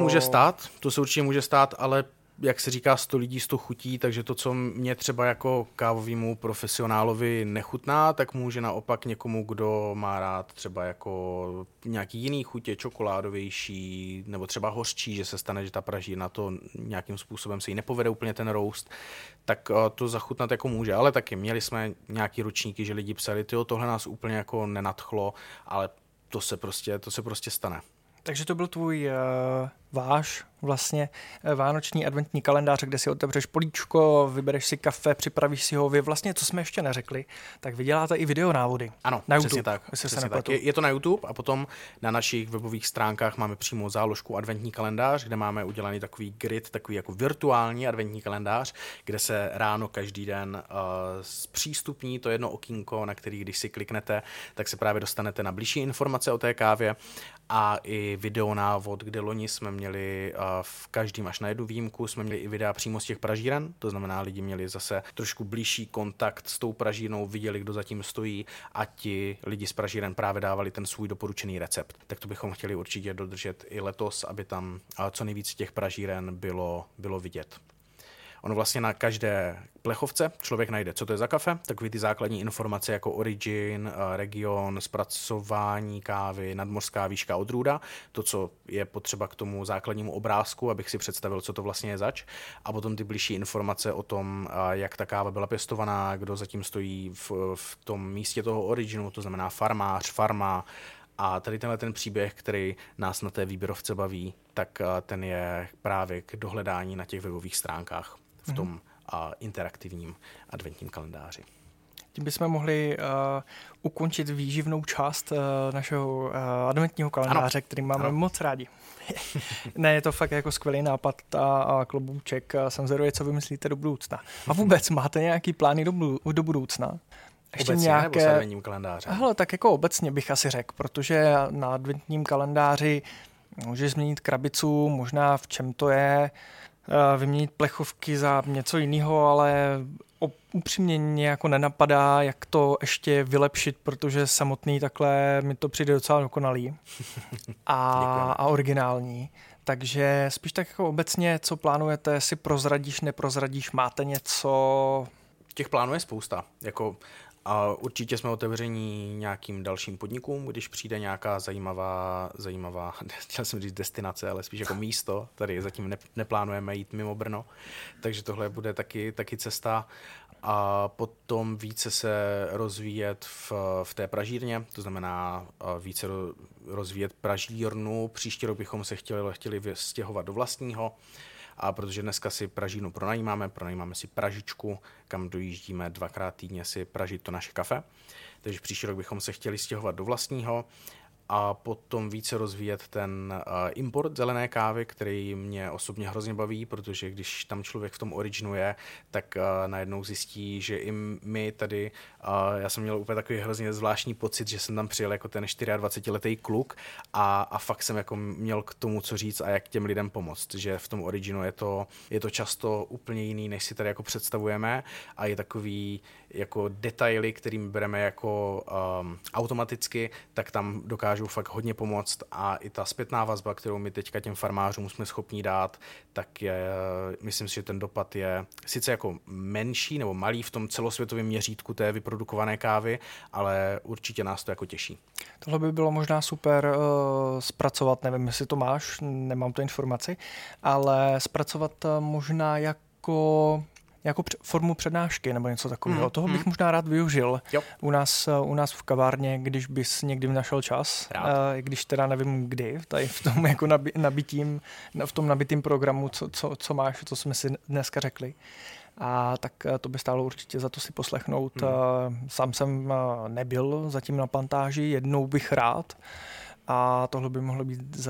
může stát, ale jak se říká, 100 lidí 100 chutí, takže to, co mě třeba jako kávovému profesionálovi nechutná, tak může naopak někomu, kdo má rád třeba jako nějaký jiný chutě, čokoládovější, nebo třeba hořčí, že se stane, že ta pražírna to nějakým způsobem se jí nepovede úplně ten roast, tak to zachutnat jako může, ale taky měli jsme nějaký ročníky, že lidi psali, tohle nás úplně jako nenadchlo, ale to se prostě stane. Takže to byl tvůj váš vlastně vánoční adventní kalendář, kde si otevřeš políčko, vybereš si kafe, připravíš si ho. Vy vlastně, co jsme ještě neřekli, tak vy děláte i videonávody. Ano, na přesně YouTube, tak. Přesně tak. Je to na YouTube a potom na našich webových stránkách máme přímo záložku adventní kalendář, kde máme udělaný takový grid, takový jako virtuální adventní kalendář, kde se ráno každý den zpřístupní to jedno okýnko, na který, když si kliknete, tak se právě dostanete na bližší informace o té kávě a i videonávod, kde loni jsme měli v každém až na jednu výjimku, jsme měli i videa přímo z těch pražíren, to znamená, lidi měli zase trošku blížší kontakt s tou pražírnou, viděli, kdo zatím stojí a ti lidi z pražíren právě dávali ten svůj doporučený recept. Tak to bychom chtěli určitě dodržet i letos, aby tam co nejvíc těch pražíren bylo vidět. Ono vlastně na každé plechovce člověk najde, co to je za kafe, takový ty základní informace jako origin, region, zpracování kávy, nadmořská výška, odrůda, to, co je potřeba k tomu základnímu obrázku, abych si představil, co to vlastně je zač, a potom ty bližší informace o tom, jak ta káva byla pěstovaná, kdo zatím stojí v tom místě toho originu, to znamená farmář, farma. A tady ten příběh, který nás na té výběrovce baví, tak ten je právě k dohledání na těch webových stránkách v tom interaktivním adventním kalendáři. Tím bychom mohli ukončit výživnou část našeho adventního kalendáře, který máme moc rádi. Ne, je to fakt jako skvělý nápad a klobouček. Jsem zvědavý, co vymyslíte do budoucna. A vůbec máte nějaký plány do budoucna? Ještě obecně nějaké... nebo s adventním kalendářem? Hele, tak jako obecně bych asi řekl, protože na adventním kalendáři můžeš změnit krabicu, možná v čem to je, vyměnit plechovky za něco jiného, ale upřímně mě jako nenapadá, jak to ještě vylepšit, protože samotný takhle mi to přijde docela dokonalý a originální. Takže spíš tak jako obecně, co plánujete, si prozradíš, neprozradíš, máte něco? Těch plánů je spousta, a určitě jsme otevření nějakým dalším podnikům, když přijde nějaká zajímavá, chtěl jsem říct destinace, ale spíš jako místo, tady zatím neplánujeme jít mimo Brno, takže tohle bude taky cesta. A potom více se rozvíjet v té pražírně, to znamená více rozvíjet pražírnu. Příští rok bychom se chtěli stěhovat do vlastního, a protože dneska si pražírnu pronajímáme si pražičku, kam dojíždíme 2krát týdně si pražit to naše kafe. Takže příští rok bychom se chtěli stěhovat do vlastního a potom více rozvíjet ten import zelené kávy, který mě osobně hrozně baví, protože když tam člověk v tom originu je, tak najednou zjistí, že i my tady, já jsem měl úplně takový hrozně zvláštní pocit, že jsem tam přijel jako ten 24letý kluk a fakt jsem jako měl k tomu co říct a jak těm lidem pomoct, že v tom originu je to často úplně jiný, než si tady jako představujeme a je takový jako detaily, kterým bereme jako automaticky, tak tam dokážou fakt hodně pomoct a i ta zpětná vazba, kterou my teďka těm farmářům jsme schopni dát, tak myslím si, že ten dopad je sice jako menší nebo malý v tom celosvětovém měřítku té vyprodukované kávy, ale určitě nás to jako těší. Tohle by bylo možná super zpracovat, nevím, jestli to máš, nemám tu informaci, ale zpracovat možná jako formu přednášky nebo něco takového. Toho bych možná rád využil u nás v kavárně, když bys někdy našel čas, když teda nevím kdy, tady v tom jako v tom nabitým programu, co máš, co jsme si dneska řekli. A tak to by stálo určitě za to si poslechnout. Sám jsem nebyl zatím na plantáži, jednou bych rád. A tohle by mohl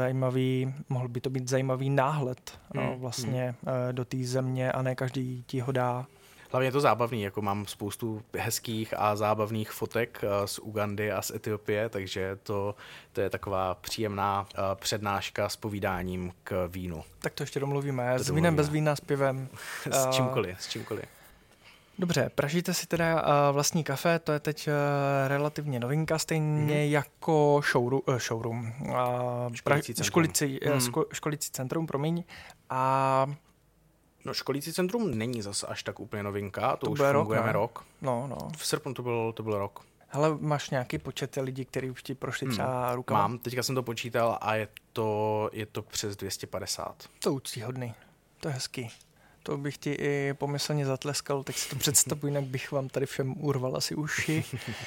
by to být zajímavý náhled vlastně do té země a ne každý ti ho dá. Hlavně je to zábavný, jako mám spoustu hezkých a zábavných fotek z Ugandy a z Etiopie, takže to je taková příjemná přednáška s povídáním k vínu. Tak to ještě domluvíme. S vínem, bez vína, s pivem. S čímkoliv. Dobře, pražíte si teda vlastní kafe, to je teď relativně novinka, stejně jako showroom. Školící centrum, promiň. A no, školící centrum není zase až tak úplně novinka, to už fungujeme rok. No. V srpnu to byl rok. Hele, máš nějaký počet lidí, kteří už ti prošli třeba rukama? Mám, teďka jsem to počítal a je to přes 250. To je úctíhodný, to je hezký. To bych ti i pomyslně zatleskal, tak si to představuji, jinak bych vám tady všem urval asi uši.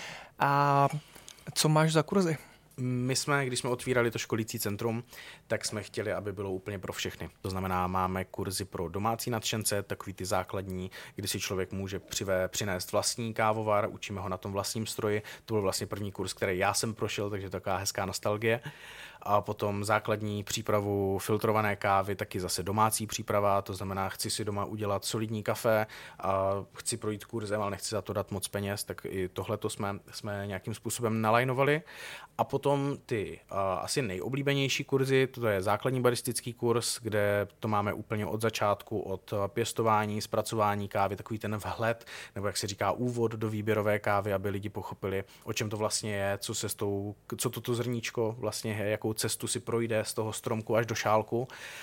A co máš za kurzy? My jsme, když jsme otvírali to školící centrum, tak jsme chtěli, aby bylo úplně pro všechny. To znamená, máme kurzy pro domácí nadšence, takový ty základní, kdy si člověk může přinést vlastní kávovar, učíme ho na tom vlastním stroji. To byl vlastně první kurz, který já jsem prošel, takže taková hezká nostalgie. A potom základní přípravu filtrované kávy, taky zase domácí příprava, to znamená, chci si doma udělat solidní kafe a chci projít kurzem, ale nechci za to dát moc peněz, tak i tohleto jsme nějakým způsobem nalajnovali. A potom ty asi nejoblíbenější kurzy, to je základní baristický kurz, kde to máme úplně od začátku, od pěstování, zpracování kávy, takový ten vhled, nebo jak se říká úvod do výběrové kávy, aby lidi pochopili, o čem to vlastně je, co toto zrníčko vlastně je, jakou cestu si projde z toho stromku až do šálku.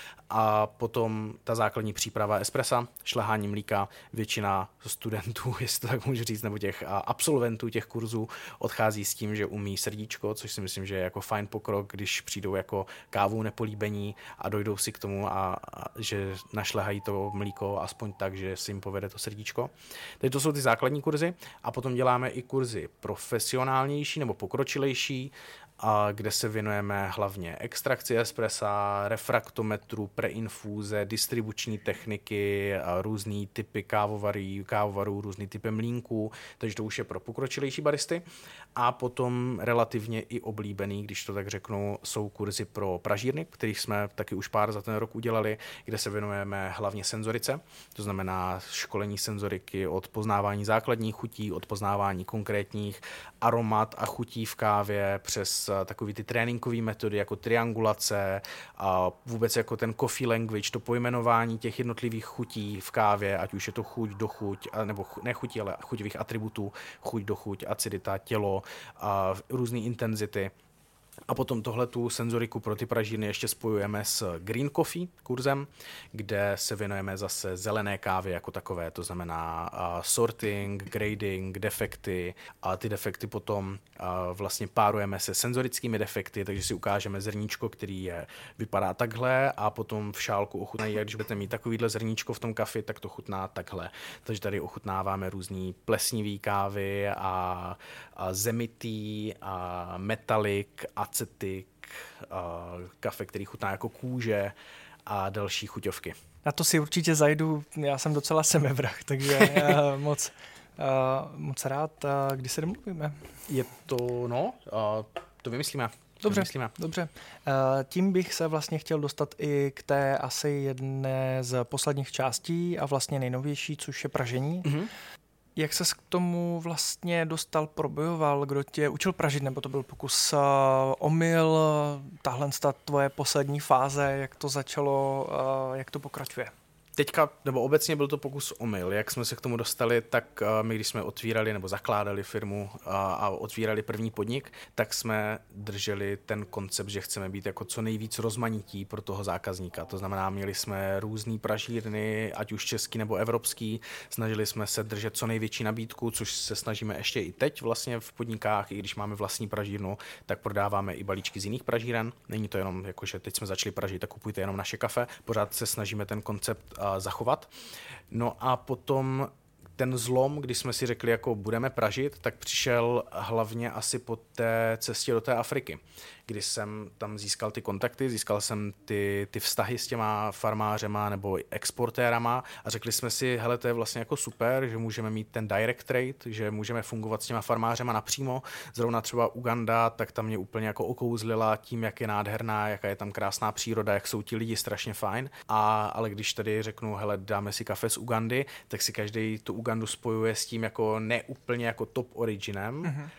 A potom ta základní příprava espressa, šlehání mlíka. Většina studentů, jestli to tak můžu říct, nebo těch absolventů těch kurzů odchází s tím, že umí srdíčko, což si myslím, že je jako fajn pokrok, když přijdou jako kávu nepolíbení a dojdou si k tomu a že našlehají to mlíko aspoň tak, že si jim povede to srdíčko. Takže to jsou ty základní kurzy a potom děláme i kurzy profesionálnější nebo pokročilejší, a kde se věnujeme hlavně extrakci espressa, refraktometru, preinfúze, distribuční techniky, různý typy kávovarů, různý typy mlýnků, takže to už je pro pokročilejší baristy. A potom relativně i oblíbený, když to tak řeknu, jsou kurzy pro pražírny, kterých jsme taky už pár za ten rok udělali, kde se věnujeme hlavně senzorice, to znamená školení senzoriky od poznávání základních chutí, od poznávání konkrétních aromat a chutí v kávě přes takový ty tréninkové metody jako triangulace a vůbec jako ten coffee language, to pojmenování těch jednotlivých chutí v kávě, ať už je to chuť, dochuť, nebo ne chutí, ale chuťových atributů, chuť, dochuť, acidita, tělo, a různé intenzity. A potom tohletu senzoriku pro ty pražírny ještě spojujeme s Green Coffee kurzem, kde se věnujeme zase zelené kávě jako takové, to znamená sorting, grading, defekty a ty defekty potom vlastně párujeme se senzorickými defekty, takže si ukážeme zrníčko, který vypadá takhle a potom v šálku ochutnají, jak když budete mít takovýhle zrníčko v tom kafi, tak to chutná takhle. Takže tady ochutnáváme různý plesnivý kávy a zemitý a metalik, acetik, kafe, který chutná jako kůže a další chuťovky. Na to si určitě zajdu, já jsem docela semevrah, takže moc rád, kdy se domluvíme. Je to, to vymyslíme. Dobře. Tím bych se vlastně chtěl dostat i k té asi jedné z posledních částí a vlastně nejnovější, což je pražení. Mm-hmm. Jak ses k tomu vlastně dostal, probojoval, kdo tě učil pražit, nebo to byl pokus, omyl, tahle tvoje poslední fáze, jak to začalo, jak to pokračuje? Teďka, nebo obecně byl to pokus omyl. Jak jsme se k tomu dostali, tak my, když jsme otvírali nebo zakládali firmu a otvírali první podnik, tak jsme drželi ten koncept, že chceme být jako co nejvíc rozmanití pro toho zákazníka. To znamená, měli jsme různý pražírny, ať už český nebo evropský, snažili jsme se držet co největší nabídku, což se snažíme ještě i teď vlastně v podnikách, i když máme vlastní pražírnu, tak prodáváme i balíčky z jiných pražíren. Není to jenom jako, že teď jsme začali pražit, tak kupujte jenom naše kafe. Pořád se snažíme ten koncept zachovat. No a potom ten zlom, když jsme si řekli, jako budeme pražit, tak přišel hlavně asi po té cestě do té Afriky, kdy jsem tam získal ty kontakty, získal jsem ty vztahy s těma farmářema nebo exportérama a řekli jsme si, hele, to je vlastně jako super, že můžeme mít ten direct trade, že můžeme fungovat s těma farmářema napřímo. Zrovna třeba Uganda, tak tam mě úplně jako okouzlila tím, jak je nádherná, jaká je tam krásná příroda, jak jsou ti lidi strašně fajn. Ale když tady řeknu, hele, dáme si kafe z Ugandy, tak si každý tu Ugandu spojuje s tím jako neúplně jako top originem. Mm-hmm.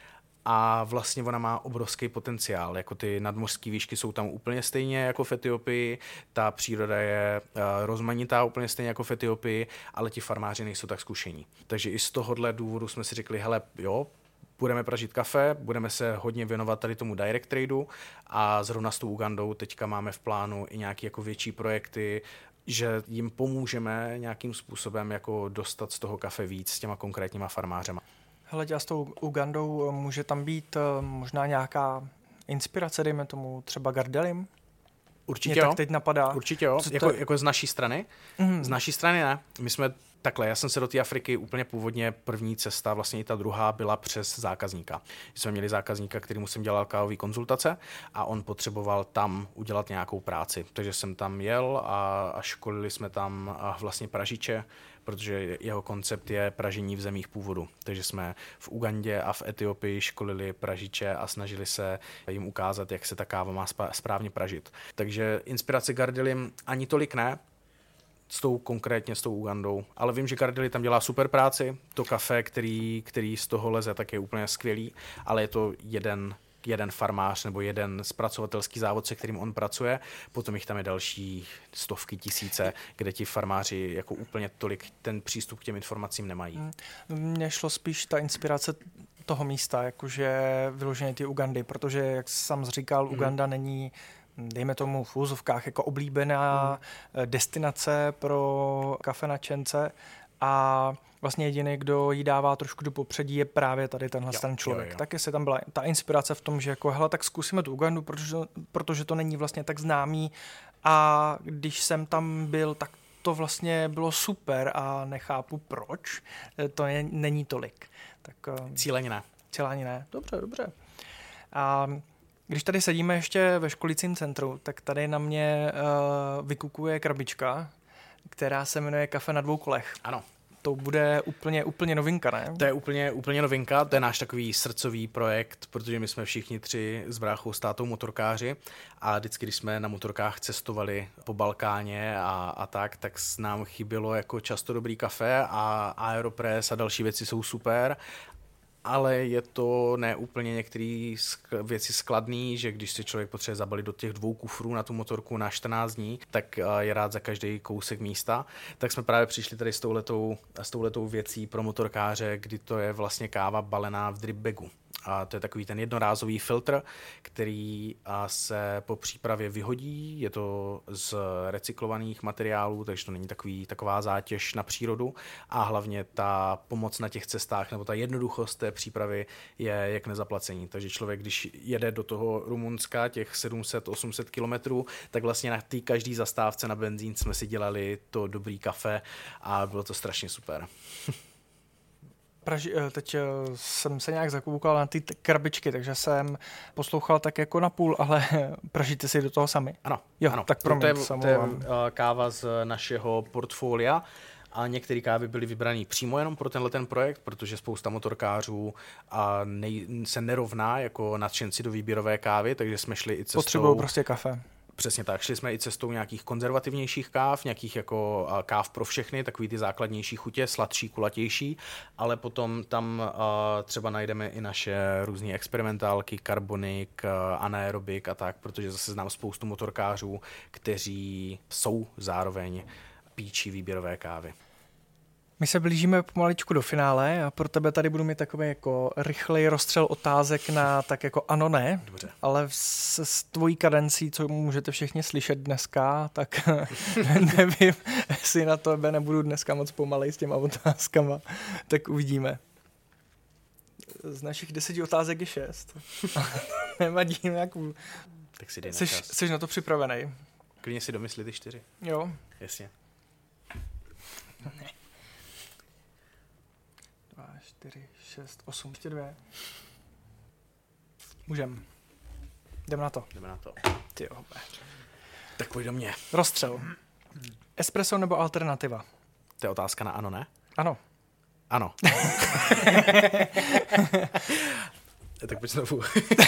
a vlastně ona má obrovský potenciál, jako ty nadmořské výšky jsou tam úplně stejně jako v Etiopii, ta příroda je rozmanitá úplně stejně jako v Etiopii, ale ti farmáři nejsou tak zkušení. Takže i z tohohle důvodu jsme si řekli, hele, jo, budeme pražit kafe, budeme se hodně věnovat tady tomu direct tradeu a zrovna s tou Ugandou teďka máme v plánu i nějaké jako větší projekty, že jim pomůžeme nějakým způsobem jako dostat z toho kafe víc s těma konkrétníma farmářema. Hele, a s tou Ugandou může tam být možná nějaká inspirace, dejme tomu třeba Gardelim? Určitě jo. Tak teď napadá. Určitě jo, jako z naší strany. Z naší strany ne. My jsme takhle, já jsem se do té Afriky úplně původně první cesta, vlastně i ta druhá byla přes zákazníka. Jsme měli zákazníka, kterýmu jsem dělal kávové konzultace a on potřeboval tam udělat nějakou práci. Takže jsem tam jel a školili jsme tam vlastně pražiče, protože jeho koncept je pražení v zemích původu. Takže jsme v Ugandě a v Etiopii školili pražiče a snažili se jim ukázat, jak se ta káva má správně pražit. Takže inspirace Gardelim ani tolik ne, konkrétně s tou Ugandou. Ale vím, že Gardeli tam dělá super práci. To kafe, který z toho leze, tak je úplně skvělý, ale je to jeden farmář nebo jeden zpracovatelský závod, se kterým on pracuje. Potom jich tam je další stovky, tisíce, kde ti farmáři jako úplně tolik ten přístup k těm informacím nemají. Mně šlo spíš ta inspirace toho místa, jakože vyloženě ty Ugandy, protože, jak jsem říkal, Uganda není, dejme tomu v úzovkách, jako oblíbená destinace pro kafenačence a vlastně jediný, kdo jí dává trošku do popředí, je právě tady tenhle ten člověk. Jo. Tak jestli tam byla ta inspirace v tom, že jako hele, tak zkusíme tu Ugandu, protože to není vlastně tak známý a když jsem tam byl, tak to vlastně bylo super a nechápu proč. To není tolik. Tak, Cíleně ne. Cíleně ne. Dobře. A když tady sedíme ještě ve školicím centru, tak tady na mě vykukuje krabička, která se jmenuje Kafe na dvou kolech. Ano. To bude úplně novinka, ne? To je úplně novinka, to je náš takový srdcový projekt, protože my jsme všichni tři s bráchou s tátou motorkáři a vždycky, když jsme na motorkách cestovali po Balkáně a tak nám chybělo jako často dobrý kafe a Aeropress a další věci jsou super, ale je to ne úplně některé věci skladný, že když si člověk potřebuje zabalit do těch 2 kufrů na tu motorku na 14 dní, tak je rád za každý kousek místa. Tak jsme právě přišli tady s touhletou věcí pro motorkáře, kdy to je vlastně káva balená v drip bagu. A to je takový ten jednorázový filtr, který se po přípravě vyhodí. Je to z recyklovaných materiálů, takže to není taková zátěž na přírodu. A hlavně ta pomoc na těch cestách nebo ta jednoduchost té přípravy je jak nezaplacení. Takže člověk, když jede do toho Rumunska těch 700-800 kilometrů, tak vlastně na té každé zastávce na benzín jsme si dělali to dobrý kafe a bylo to strašně super. Teď jsem se nějak zakoukal na ty krabičky, takže jsem poslouchal tak jako na půl, ale pražíte si do toho sami? Ano. Jo, ano. tak to je káva z našeho portfolia a některé kávy byly vybrané přímo jenom pro tenhle projekt, protože spousta motorkářů se nerovná jako nadšenci do výběrové kávy, takže jsme šli i cestou... Potřebují prostě kafe. Přesně tak. Šli jsme i cestou nějakých konzervativnějších káv, nějakých jako káv pro všechny, takový ty základnější chutě, sladší, kulatější, ale potom tam třeba najdeme i naše různé experimentálky, karbonik, anaerobik a tak, protože zase znám spoustu motorkářů, kteří jsou zároveň píči výběrové kávy. My se blížíme pomaličku do finále a pro tebe tady budu mít takový jako rychlej rozstřel otázek na tak jako ano, ne. Dobře. Ale s tvojí kadencí, co můžete všichni slyšet dneska, tak nevím, jestli na tebe nebudu dneska moc pomalej s těma otázkama, tak uvidíme. Z našich 10 otázek je 6. Nevadí nějakou. Tak si dej na čas. Jsi na to připravený? Klidně si domysli ty 4. Jo. Jasně. 2, 4, 6, 8, ještě 2. Můžem. Jdeme na to. Ty jo. Tak pojď do mě. Rozstřel. Espresso nebo alternativa? To je otázka na ano, ne? Ano. Ano. Tak pojď znovu.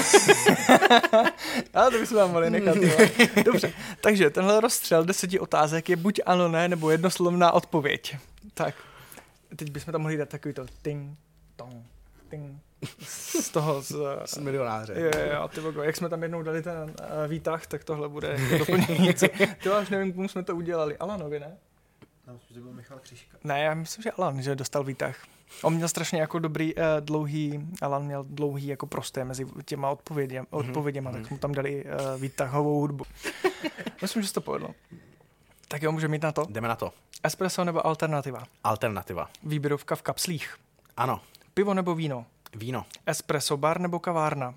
Ale to bychom vám mohli nechat. Dobře, takže tenhle rozstřel 10 otázek je buď ano, ne, nebo jednoslovná odpověď. Tak, teď bychom tam mohli dát takový to ting, tong, ting, z toho... Z milionáře. Jo, ty bogo, jak jsme tam jednou dali ten výtah, tak tohle bude doplňující. Ty až nevím, komu jsme to udělali. Alanovi, ne? No, že to byl Michal Křížka. Ne, já myslím, že Alan, že dostal výtah. On měl strašně jako dobrý, dlouhý, Alan měl dlouhý jako prosté mezi těma odpověděma, tak mu tam dali výtahovou hudbu. Myslím, že se to povedlo. Tak jo, můžeme mít na to. Jdeme na to. Espresso nebo alternativa? Alternativa. Výběrovka v kapslích. Ano. Pivo nebo víno? Víno. Espresso bar nebo kavárna?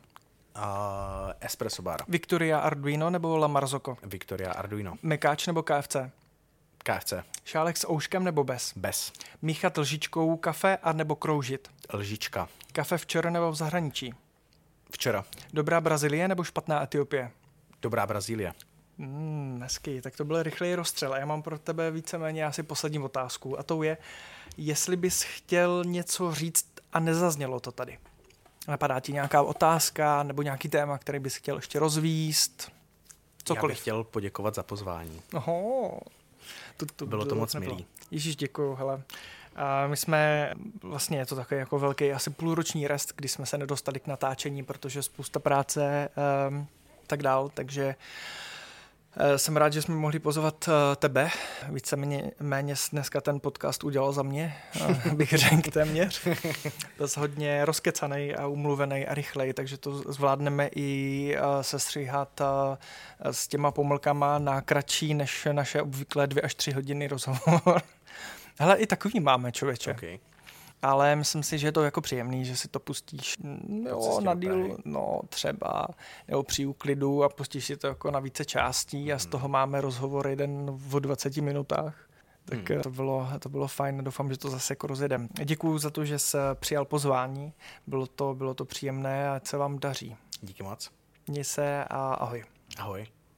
Espresso bar. Victoria Arduino nebo La Marzocco? Victoria Arduino. Mekáč nebo KFC? KFC. Šálek s ouškem nebo bez? Bez. Míchat lžičkou kafe a nebo kroužit? Lžička. Kafe včera nebo v zahraničí? Včera. Dobrá Brazílie nebo špatná Etiopie? Dobrá Brazílie. Hezky, tak to byl rychlej rozstřel. Já mám pro tebe víceméně asi poslední otázku a tou je, jestli bys chtěl něco říct a nezaznělo to tady. Napadá ti nějaká otázka nebo nějaký téma, který bys chtěl ještě rozvíst? Cokoliv. Já bych chtěl poděkovat za pozvání. Oho. Bylo to moc milý. Ježíš, děkuju, hele. A my jsme, vlastně je to takový jako velký asi půlroční rest, kdy jsme se nedostali k natáčení, protože spousta práce tak dál, takže jsem rád, že jsme mohli pozvat tebe. Víceméně dneska ten podcast udělal za mě, bych řekl téměř. Byl jsi hodně rozkecanej a umluvený a rychlej, takže to zvládneme i sestříhat s těma pomlkama na kratší než naše obvyklé 2 až 3 hodiny rozhovor. Hele, i takový máme, člověče. Okay. Ale myslím si, že je to jako příjemný, že si to pustíš na díl, třeba, nebo při úklidu a pustíš si to jako na více částí a z toho máme rozhovor jeden v 20 minutách. Tak to bylo fajn, doufám, že to zase jako rozjedem. Děkuju za to, že jsi přijal pozvání, bylo to příjemné a ať se vám daří. Díky moc. Měj se a ahoj. Ahoj.